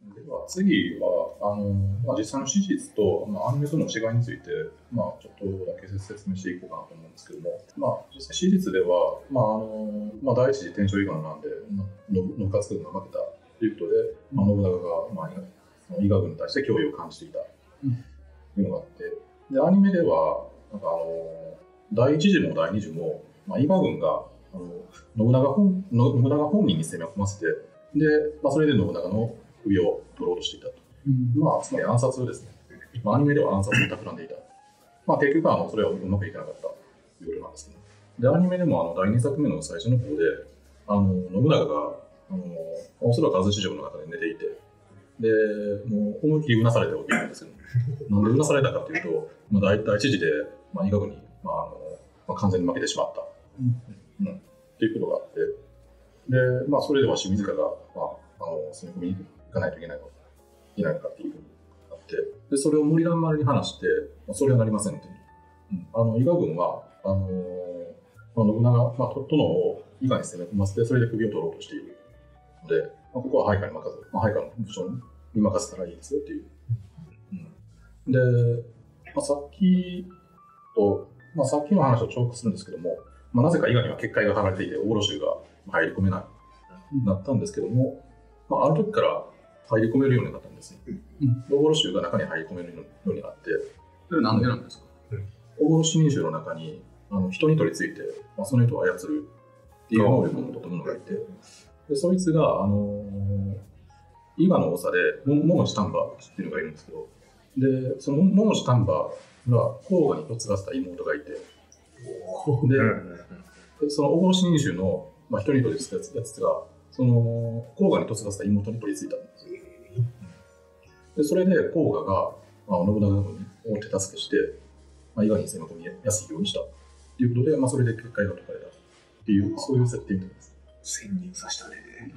では次は実際の史実と、アニメとの違いについて、ちょっとだけ説明していこうかなと思うんですけども、実際史実では、第一次天正伊賀なんで、信雄軍が負けたということで、信長が、伊賀軍に対して脅威を感じていたというのがあって、でアニメでは第一次も第二次も、伊賀軍が信長本人に攻め込ませて、でそれで信長の首を取ろうとしていたと。つまり暗殺ですね。アニメでは暗殺を企んでいた。結局それはうまくいかなかったということなんですけど、でアニメでも第2作目の最初の方で信長がおそらく安土城の中で寝ていて、でもう思いっきりうなされたわけなんですけど、なんでうなされたかというと、第一次で、伊賀軍に、完全に負けてしまった、っていうことがあって、でそれでは自らが、攻め込みに行かないといけないのかっていうふうになって、でそれを森蘭丸に話して、それはなりませんっていう。伊賀軍は信長、殿を伊賀に攻め込ませて、それで首を取ろうとしているので、ここは配下に任せ、配下の部署に任せたらいいですよっていう。で、さっきの話と重複するんですけども、なぜか伊賀には結界が張られていて、大黒衆が入り込めないなったんですけども、ある時から入り込めるようになったんですね。大黒衆が中に入り込めるようになって、 それなんでなんですか？ 大黒死人衆の中に人に取り付いて、その人を操るっていう能力を持った者がいて、でそいつが伊賀の長で桃地丹波っていうのがいるんですけど、でその桃地丹波が甲賀に嫁がせた妹がいて、でその大黒死人衆の、人に取り付いたやつがその甲賀に嫁がせた妹に取り付いたんですよ。でそれで甲賀が、信長軍を手助けして、伊賀に攻め込みやすいようにしたということで、それで結界が解かれたっていう、そういう設定になります。 潜入させたね。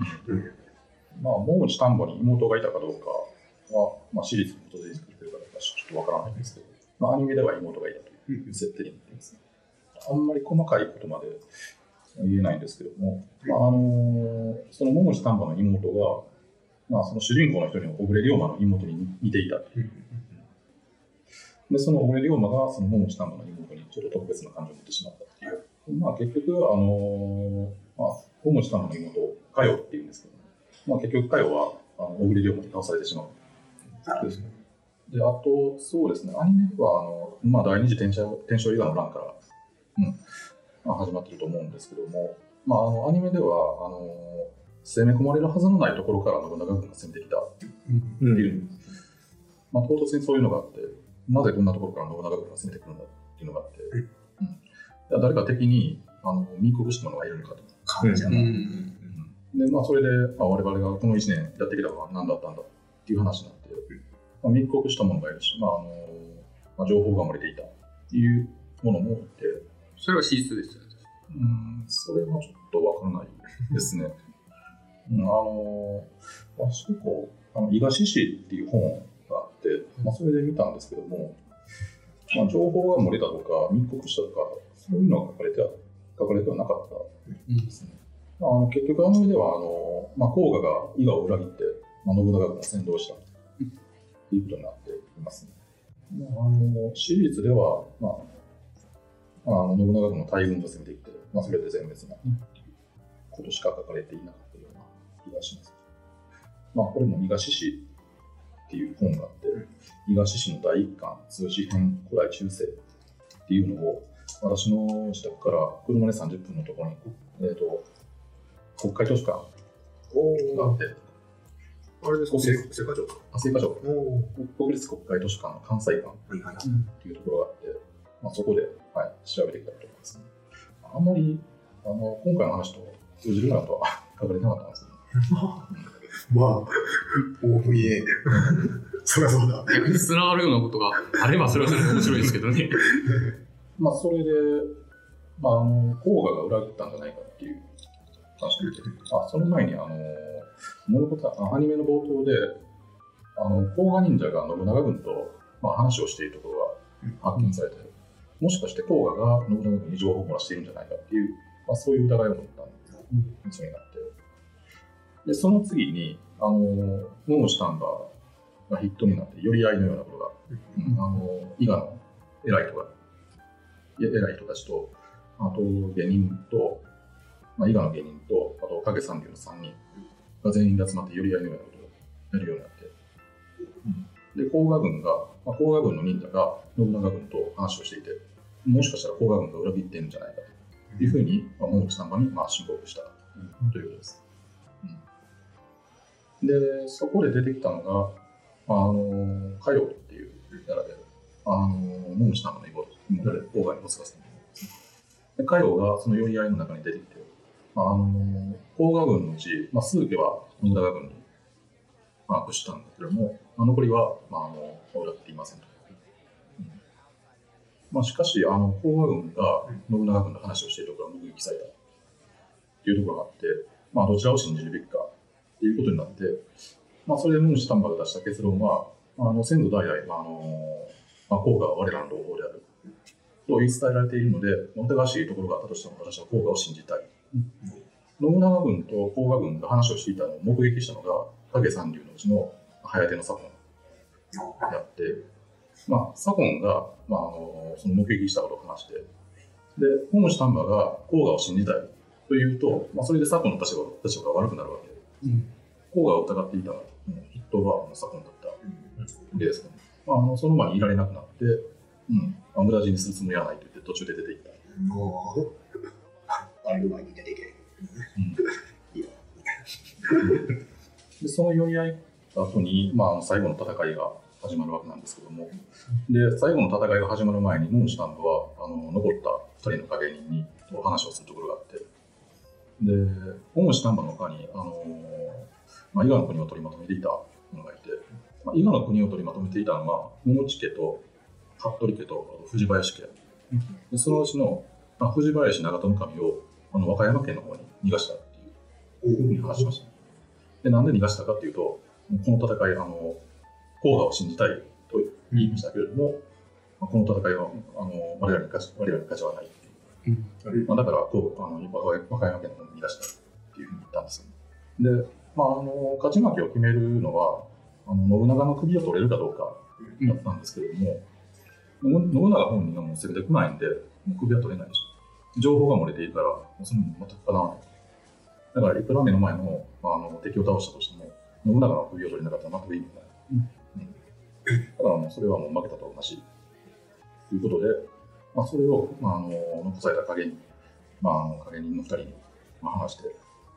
桃地丹波に妹がいたかどうかは、史実に基づいてくれるかどうかちょっとわからないんですけど、アニメでは妹がいたという設定になっています。あんまり細かいことまで言えないんですけども、その桃地丹波の妹が、その主人公の一人の小暮龍馬の妹に似ていたという。でその小暮龍馬がその桃地丹波の妹にちょっと特別な感情を持ってしまったっていう。結局桃地丹波の妹を佳代っていうんですけど、結局佳代は小暮龍馬に倒されてしまう。であとそうですね、アニメでは第二次天正伊賀の乱から、始まっていると思うんですけども、アニメでは攻め込まれるはずのないところから信長軍が攻めてきたっていう、唐突にそういうのがあって、なぜこんなところから信長軍が攻めてくるんだっていうのがあって、誰か敵に密告した者がいるのかと。でそれで、我々がこの1年やってきたのは何だったんだっていう話になって、密告した者がいるし、情報が漏れていたっていうものもいて、 それは史実ですよね。 それはちょっとわからないですね。伊賀志士っていう本があって、それで見たんですけども、情報が漏れたとか密告したとか、そういうのが書かれてはなかったですね。結局アニメでは甲賀が伊賀を裏切って信長軍を先導したということになっていますね。史実では、信長軍の大軍が攻めてきて、それで全滅になったということしか書かれていなかったような気がします。これも伊賀志士っていう本があって、伊賀志士の第一巻通史編古来中世っていうのを、私の自宅から車で30分のところに、国会図書館があって、 あれですか、青果庁。 国立国会図書館の関西館っていうところがあって、そこで、調べてきたと思いますね。あんまり今回の話と通じるなとは書かれてなかったんですけど、 OVA そりゃそうだ。 逆に繋がるようなことがあればそれはそれで面白いですけどね。 それで、甲賀が裏切ったんじゃないかっていう話で、その前にアニメの冒頭で甲賀忍者が信長軍と、話をしているところが発見されて、もしかして甲賀が信長軍に情報を漏らしているんじゃないかっていう、そういう疑いを持ったんですよ、になって。 で、その次に、桃地丹波がヒットになって、寄り合いのようなことが、伊賀の偉い人たちと、あと芸人と、伊賀の芸人と、あと影三流の3人が全員で集まって寄り合いのようなことをやるようになって、で、甲賀軍の忍者が信長軍と話をしていて、もしかしたら甲賀軍が裏切ってるんじゃないかというふうに、桃地丹波に申告したということです。で、そこで出てきたのが、嘉陽っていうキャラで、桃地丹波の妹で甲賀にボスがするんですね。で、嘉陽がその寄り合いの中に出てきて、甲賀軍のうち、数家は信長軍に屈したんだけども、残りは、裏切っていませんと。しかし、甲賀軍が信長軍の話をしているところが目撃されたというところがあって、どちらを信じるべきかということになって、それで桃地丹波が出した結論は、先祖代々、甲賀は我らの同胞であると言い伝えられているので、疑わしいところがあったとしても、私は甲賀を信じたい。信長軍と甲賀軍が話をしていたのを目撃したのが、影三流のうちの早手の左近であって、左近が、その目撃したことを話して、で、桃地丹波が甲賀を信じたいというと、それで左近の立場が悪くなるわけで、甲賀を疑っていた筆頭は左近だったわけですけど、その場にいられなくなって、無駄死にするつもりはないと言って途中で出ていった。 あれの前に出ていけ。 で、その寄り合い後に、最後の戦いが始まるわけなんですけども、で、最後の戦いが始まる前に、桃地丹波は残った2人の影人に話をするところがあって、で、桃地丹波の他に、伊賀の国を取りまとめていた者がいて、伊賀の国を取りまとめていたのは、桃地家と服部家と藤林家。で、そのうちの、藤林長門守を和歌山県の方に逃がしたっていうふうに話しました。で、なんで逃がしたかっていうと、この戦い、甲賀を信じたいと言いましたけれども、この戦いは我々に価値はないっていう。だから和歌山県の方に逃がしたっていうふうに言ったんですよね。で、勝ち負けを決めるのは、信長の首を取れるかどうかだったんですけれども、信長本人がもう攻めてこないんで、もう首は取れないし、情報が漏れているから、それも全くかなわない。だから、いくら目の前の、敵を倒したとしても、信長の首を取れなかったら全く意味がない。だからもうそれはもう負けたと同じということで、それを、残された影人、影人の2人に、話して、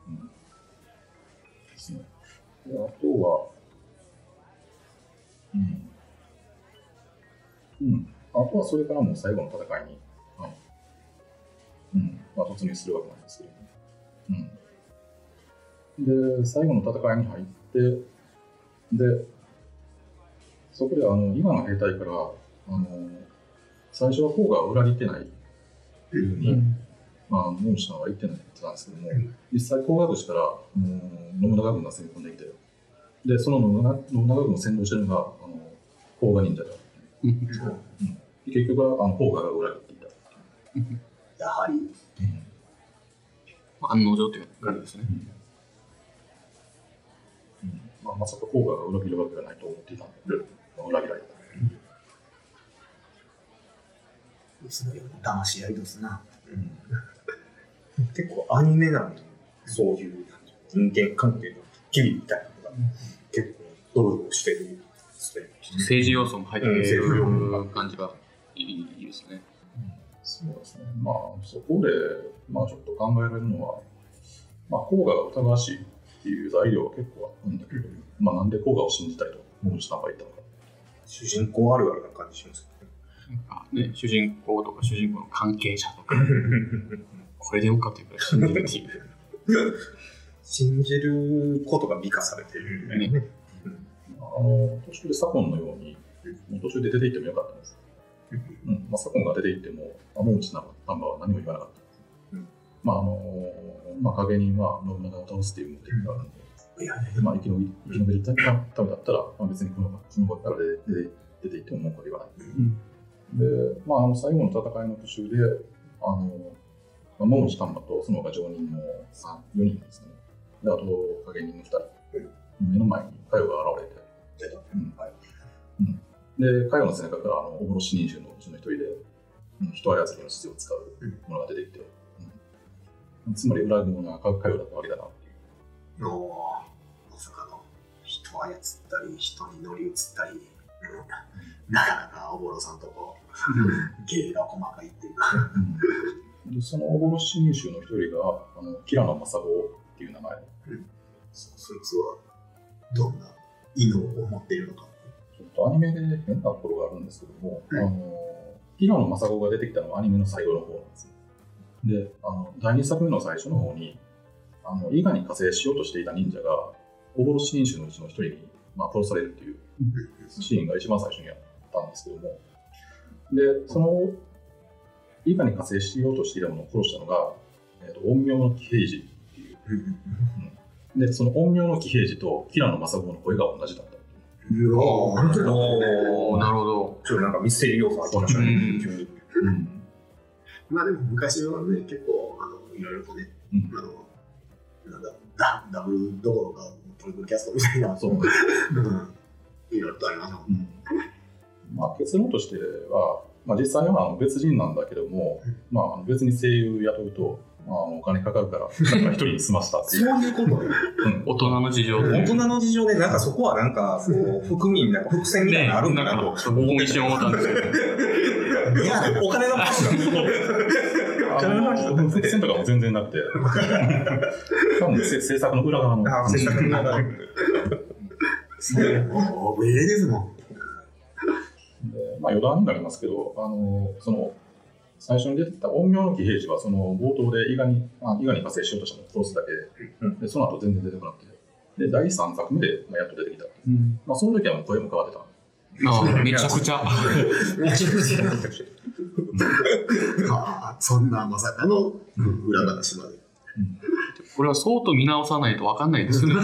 ですね。で、あとは、あとはそれからもう最後の戦いに、突入するわけなんですけども、で、最後の戦いに入って、で、そこで伊賀の兵隊から、最初は甲賀は裏切ってないというふうに、桃地さんは言ってないって言ってたんですけども、実際甲賀口から信長軍が攻め込んできて、で、その信長軍を先導しているのが甲賀忍者だ。結局は甲賀が裏切っていた。 やはり、 案の定という感じですね。 まさか甲賀が裏切るわけがないと思っていたんで、裏切られた。 そのような騙し合いですな。結構アニメなのに、そういう人間関係の機微みたいなのが結構ドロドロしてるんですね。 政治要素も入っている感じがいいですね。 そうですね。そこで、ちょっと考えられるのは、甲賀が疑わしいっていう材料は結構あるんだけど、なんで甲賀を信じたいと桃地さんが言ったのか。 主人公あるあるな感じしますね。主人公とか主人公の関係者とか、これでよかというか信じるっていう。 信じることが美化されているね。 途中で左近のように、途中で出て行ってもよかったんです。左近が出て行っても、桃地丹波は何も言わなかった。影人は信長を倒すっていう目的があるので、生き延びるためだったら、別にこの場から出て行っても文句は言わない。で、最後の戦いの途中で、桃地丹波とその他常人の4人ですね、 であと影人の2人、目の前にカヨが現れて、でカヨの背中からおぼろし人衆のうちの一人で、人操りの術を使うものが出てきて、つまり裏雲がカヨだったわけだなっていう。 まさかの人操ったり人に乗り移ったり、なかなかおぼろさんとこ芸が細かいっていうか、 でそのおぼろし人衆の一人がキラノマサゴっていう名前、 そいつはどんな異能を持っているのか。 ちょっとアニメで変なところがあるんですけども、キラノマサゴが出てきたのはアニメの最後の方なんです。で第2作目の最初の方に伊賀に加勢しようとしていた忍者がおぼろし人衆のうちの一人に、殺されるっていうシーンが一番最初にあったんですけども、でその伊賀に加勢しようとしていたものを殺したのが、陰陽の騎兵児っていう、でその陰陽の騎兵児とキラノマサゴの声が同じだった。 なるほど。 なるほど。 ちょっとなんかミステリー要素ありましたね、急に。 まあでも昔はね、結構いろいろとね、なんだダブルどころかトリプルキャストみたいな、そういろいろとありましたもんね。 結論としては、実際は別人なんだけども、別に声優雇うと、お金かかるから、一人に済ましたっていう。 そういうことね。 大人の事情で。 大人の事情で、なんかそこはなんか、含み、なんか伏線みたいなのあるんだなと。 僕も一瞬思ったんですけど。 いや、お金の話なんですよ。 伏線とかも全然なくて、多分制作の裏側の。 制作の裏側。 そうですもん。 余談になりますけど、その最初に出てきた陰陽の騎兵児はその冒頭で伊賀に加勢しようとしたのを殺すだけで、その後全然出てこなくて、で第3作目でやっと出てきた。その時はもう声も変わってた。 めちゃくちゃ。 そんなまさかの裏話まで。 これは相当見直さないと分かんないですね。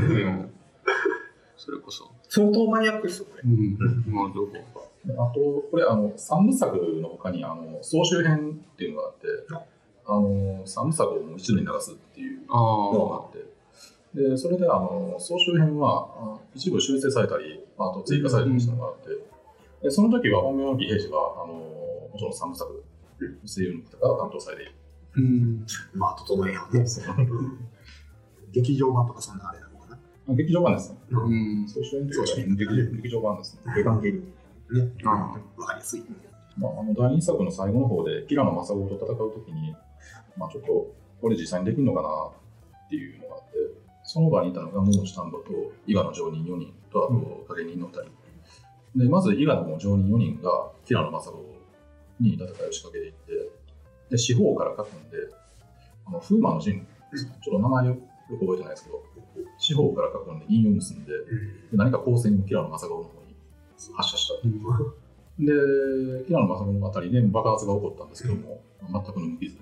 それこそ。 相当マニアックですよね。 あとこれ3部作の他に総集編っていうのがあって3部作をもう一度に流すっていうのがあってでそれで総集編は一部修正されたりあと追加されたりしたのがあってでその時は陰陽の騎兵児はもちろん3部作声優の方が担当されている。 整えようね。劇場版とかそんなあれなのかな。 劇場版ですね。総集編というか劇場版ですね。 エヴァンゲリオン。 わかりやすい。 第2作の最後の方でキラノマサゴと戦うときに、ちょっとこれ実際にできるのかなっていうのがあって、その場にいたのがモーシュタンドと伊賀の常人4人とあと影人の2人。でまず伊賀の常人4人がキラノマサゴに戦いを仕掛けていって、で四方から囲んで、風魔の陣、ちょっと名前よく覚えてないですけど、四方から囲んで陰を結んで、何か光線をキラノマサゴの方に発射した。で、キラノマサゴのあたりで爆発が起こったんですけども、全くの無傷。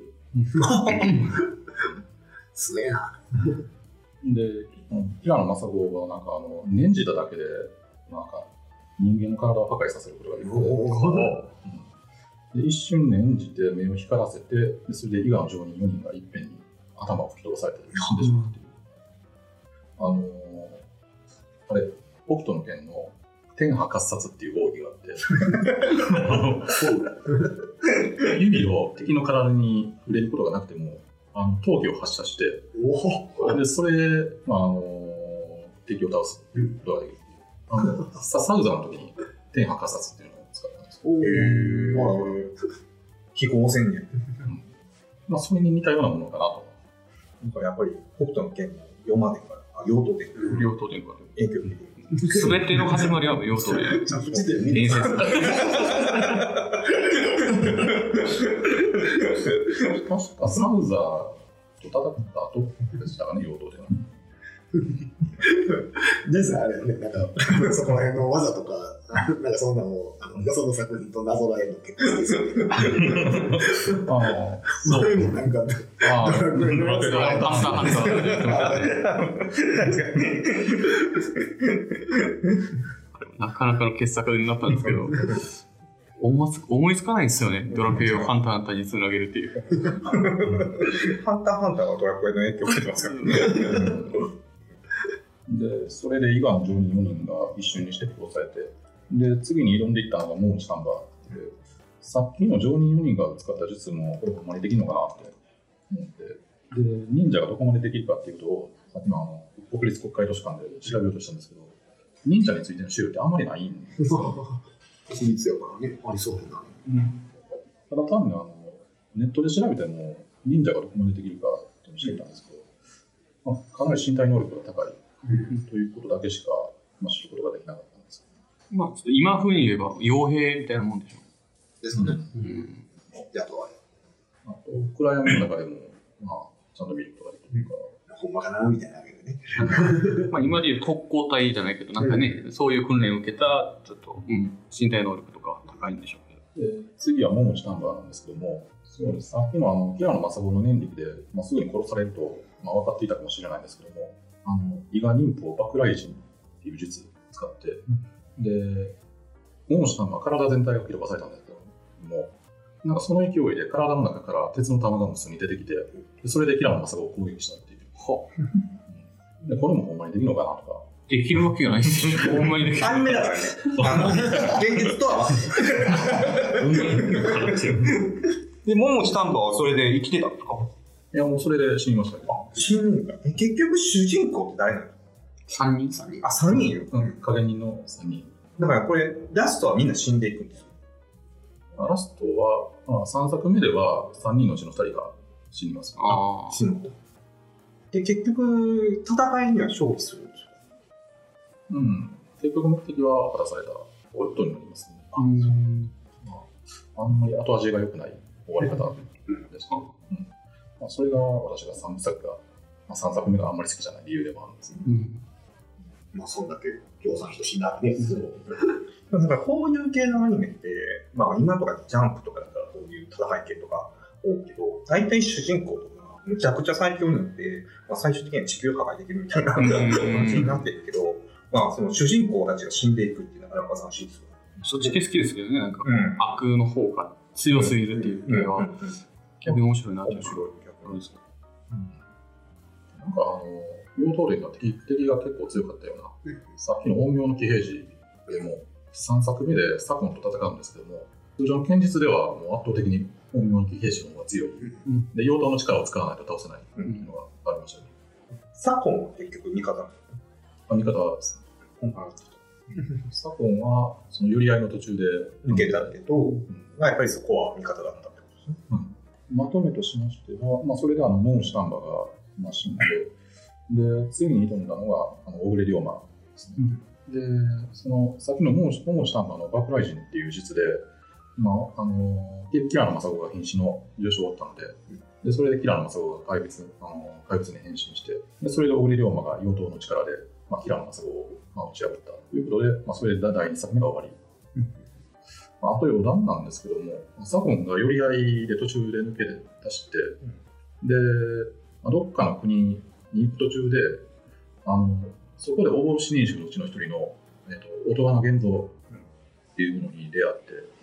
すげえな。 で、キラノマサゴは念じただけで人間の体を破壊させることができて、で一瞬念じて目を光らせて、でそれで伊賀の常人4人がいっぺんに頭を吹き飛ばされて死んでしまうっていう。あれ、北斗の拳の天波喝殺っていう奥義があって指を敵の体に触れることがなくても闘技を発射してでそれで、敵を倒すことができる。サウザーの時に天波喝殺っていうのを使ったんですよ。 飛行宣言。 それに似たようなものかなと。 なんかやっぱり北斗の拳の4までから妖刀伝から影響を受けている。 すべての始まりは妖刀で伝説。 確かサウザーと戦った後でしたかね、妖刀では。 ですあれね、そこら辺の技とか、そんなのをよその作品となぞらえるの結構好きですよね。それもドラクエのやつなかなかの傑作になったんですけど、 思いつかないんですよね。ドラクエをハンターハンターにつなげるっていう。 ハンターハンターはドラクエの影響を受けてますからね。 で、それで伊賀の常任4人が一瞬にして殺されて、で、次に挑んでいったのがモーチタンバーで、さっきの常任4人が使った術もこれほんまにできるのかなって思って、で、忍者がどこまでできるかっていうことを、さっきの国立国会図書館で調べようとしたんですけど、忍者についての資料ってあんまりないんですよ。 秘密やからね、ありそうな。 ただ単にネットで調べても、忍者がどこまでできるかっていうのを知ってたんですけど、かなり身体能力が高いということだけしか、知ることができなかったんですけど。 ちょっと今風に言えば、傭兵みたいなもんでしょ。 ですかね。雇われ。 あと、暗闇の中でも、ちゃんと見ることができるから。 ほんまかなみたいなわけでね。 今でいう特攻隊じゃないけど、なんかね、そういう訓練を受けた、ちょっと、身体能力とか高いんでしょうけど。 で、次はモモチタンバーなんですけども、そうです。さっきの平野正夫の念力で、すぐに殺されると、分かっていたかもしれないんですけども、伊賀忍法爆雷神っていう術を使って、で、モモチタンバーは体全体が切りばされたんですけども、なんかその勢いで体の中から鉄の玉が無数に出てきて、それで平野正夫を攻撃したっていう。で、これもほんまにできるのかなとか。 できるわけがないですよ。ほんまにできる。 アニメだからね。現実とはで、モモチタンバーはそれで生きてたんですか？ いや、もうそれで死にましたけど。 死ぬんだ。結局主人公って誰なの ？3人。 あ、3人いる。 影人の3人。 だからこれ、ラストはみんな死んでいくんですよ。 ラストは、3作目では3人のうちの2人が死にます。 死ぬ。で、結局、戦いには勝利するんですよ。 結局目的は果たされたことになりますね。あんまり後味が良くない終わり方ですね。それが私が3作目があんまり好きじゃない理由でもあるんですね。 そんだけ量産人死んだね。 なんかこういう系のアニメって、今とかジャンプとかだったらこういう戦い系とか多いけど、大体主人公とかむちゃくちゃ最強になって、最終的には地球破壊できるみたいな感じになってるけど、その主人公たちが死んでいくっていうのはなかなか斬新ですよ。 そっち系好きですけどね、なんか、悪の方が強すぎるっていうのは、逆に面白いなって。面白い。 なんか妖刀伝が敵が結構強かったような、さっきの陰陽の騎兵士でも3作目で左近と戦うんですけども、通常の剣術ではもう圧倒的に陰陽の騎兵士の方が強い、で妖刀の力を使わないと倒せないっていうのがありましたね。 左近は結局味方なんですね。味方ですね。左近はその寄り合いの途中で抜けたけど、やっぱりそこは味方だったってことですね。 まとめとしましては、それでモンシュタンバが死んで、次に挑んだのが小暮龍馬ですね。で、その先のモンシュタンバの爆雷神っていう術で、キラノ正子が瀕死の重傷を負ったので、それでキラノ正子が怪物に変身して、それで小暮龍馬が妖刀の力で、キラノ正子を打ち破ったということで、それで第2作目が終わり。あと余談なんですけども、左近が寄り合いで途中で抜け出して、で、どっかの国に行く途中で、そこで幻人種のうちの一人の、音羽の現像っていうものに出会って、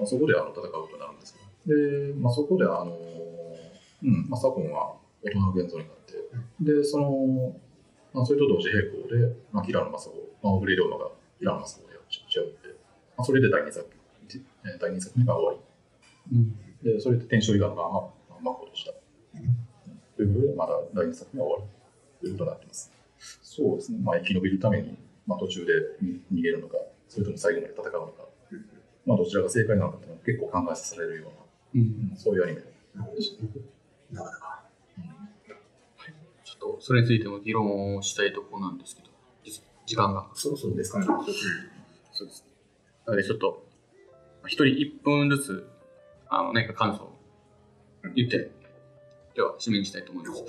そこで戦うことになるんですけど、で、そこで左近は音羽の現像になって、で、それと同時並行で、キラノ正子、小暮龍馬がキラノ正子を打ち破って、それで第2作目が終わり、でそれで天正伊賀の番は幕を閉じたということで、まだ第2作目が終わりということになっています。そうですね、生き延びるために、途中で逃げるのか、それとも最後まで戦うのか、どちらが正解なのかというのは結構考えさせられるような、そういうアニメでした。 なかなか。 ちょっとそれについても議論をしたいところなんですけど、時間が。 そろそろですかね。 そうですね。なのでちょっと、一人1分ずつ、何か感想を言って、では締めにしたいと思います。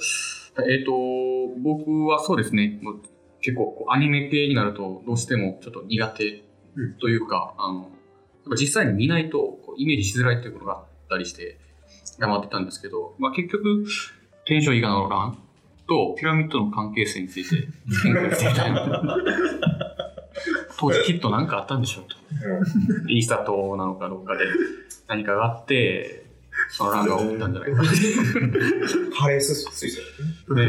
僕はそうですね、もう結構アニメ系になるとどうしてもちょっと苦手というか、実際に見ないとイメージしづらいということがあったりして頑張ってたんですけど、結局、天正伊賀の乱とピラミッドの関係性について研究していたいなと。 当時きっと何かあったんでしょうと。イースター島なのかどっかで何かがあって、その乱が起きたんじゃないかな。 ハレース水素はい。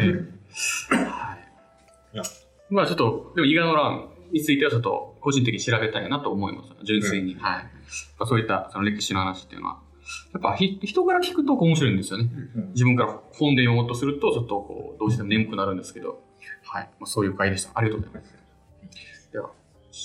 まあちょっと、でも伊賀の乱についてはちょっと個人的に調べたいなと思います。純粋に。はい。そういったその歴史の話っていうのは。やっぱ人から聞くと面白いんですよね。自分から本で読もうとするとちょっとこうどうしても眠くなるんですけど、はい、そういう回でした。ありがとうございます。では、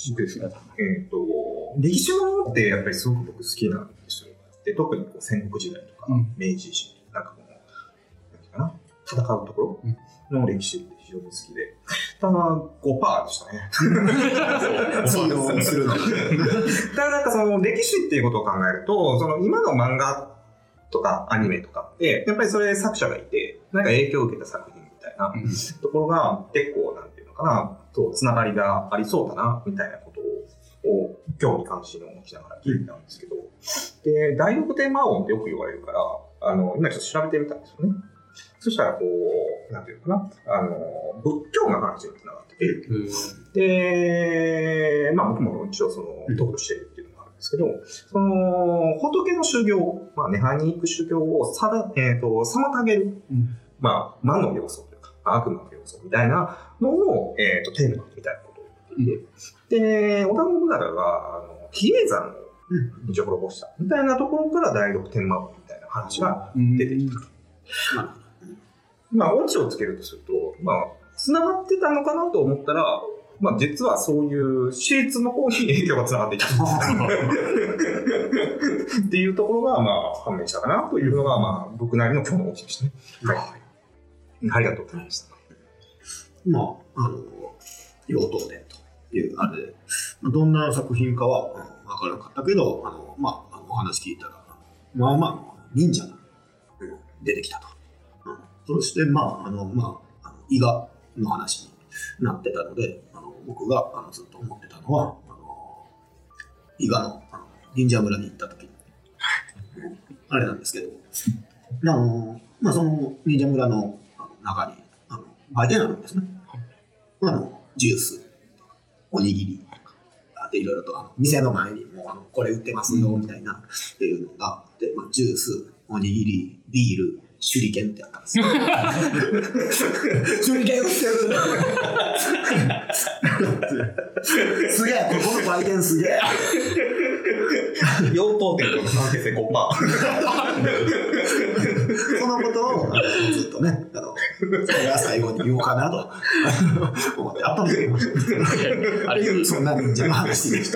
歴史ものってやっぱりすごく僕好きなんですよ。で特にこう戦国時代とか、明治維新なんかこのなんかな戦うところの歴史って非常に好きで、ただ 5% でしたね。 通用するの。 ただなんかその歴史っていうことを考えると、その今の漫画とかアニメとかってやっぱりそれ作者がいて、なんか影響を受けた作品みたいなところが結構なんていうのかな、とつながりがありそうだなみたいなことを興味関心を持ちながら聞いてたんですけど、で第六天魔王ってよく言われるから今ちょっと調べてみたんですよね。そしたらこうなんていうのかな、仏教の話につながってて、でまあ僕も一応その読書してるっていうのがあるんですけど、その仏の修行、まあ涅槃に行く修行を妨げる、まあ魔の要素というか悪魔の要素みたいなのをテーマみたいなことを言っていて、で織田信長が比叡山を一応滅ぼしたみたいなところから第六天魔王みたいな話が出てきた。まあオチをつけるとすると、まあ繋がってたのかなと思ったら、まあ実はそういう史実の方に影響が繋がっていたっていうところがまあ判明したかなというのがまあ僕なりの今日のオチでしたね。はい。ありがとうございました。 まあ妖刀伝というあれで、どんな作品かは分からなかったけど、まあお話聞いたらまあまあ忍者が出てきたと。そして伊賀の話になってたので、僕がずっと思ってたのは伊賀の忍者村に行った時にあれなんですけど、まあその忍者村の中に売店あるんですね。ジュース、おにぎりでいろいろと店の前にもこれ売ってますよみたいなっていうのがあって、ジュース、おにぎり、ビール、手裏剣ってあったんですよ。手裏剣売ってる。すげえ、ここの売店すげえ。 妖刀店との関係性 5%。 そのことをずっとね、それは最後に言おうかなと思って頭に入れました。そんな忍者の話でした。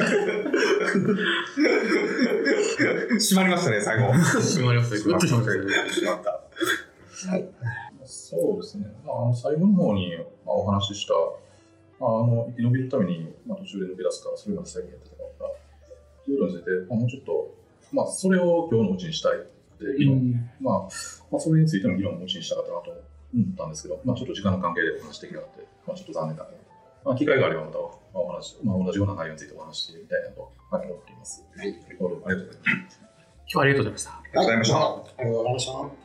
閉まりましたね、最後。 閉まりました。 閉まった。 はい、そうですね、最後の方にお話しした生き延びるために途中で抜け出すからそれが最近やってたからということについてもうちょっと、それを今日のうちにしたいって議論、それについての議論をうちにしたかったなと思ったんですけど、ちょっと時間の関係でお話できなくて、ちょっと残念だけど、機会があればまたお話、同じような内容についてお話してみたいなと思っています。はい、ありがとうございました。 今日はありがとうございました。 ありがとうございました。 ありがとうございました。